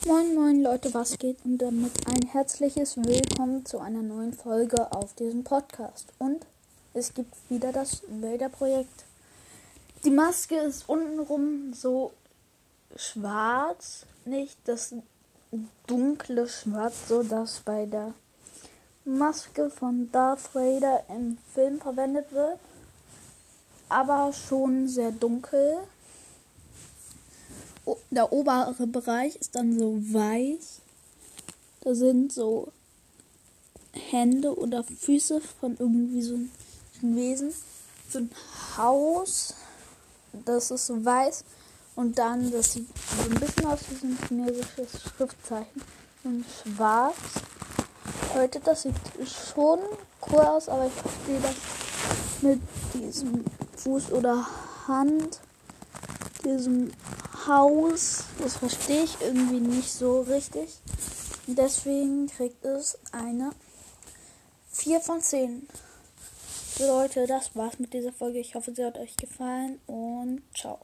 Moin moin Leute, was geht? Und damit ein herzliches Willkommen zu einer neuen Folge auf diesem Podcast. Und es gibt wieder das Wälderprojekt. Die Maske ist untenrum so schwarz, nicht das dunkle Schwarz, so das bei der Maske von Darth Vader im Film verwendet wird, aber schon sehr dunkel. Der obere Bereich ist dann so weiß. Da sind so Hände oder Füße von irgendwie so einem Wesen. So ein Haus, das ist so weiß. Und dann, das sieht so ein bisschen aus wie so ein chinesisches Schriftzeichen. Und schwarz. Leute, das sieht schon cool aus, aber ich verstehe das mit diesem Fuß oder Hand, diesem Haus, das verstehe ich irgendwie nicht so richtig. Deswegen kriegt es eine 4 von 10. So Leute, das war's mit dieser Folge. Ich hoffe, sie hat euch gefallen und ciao.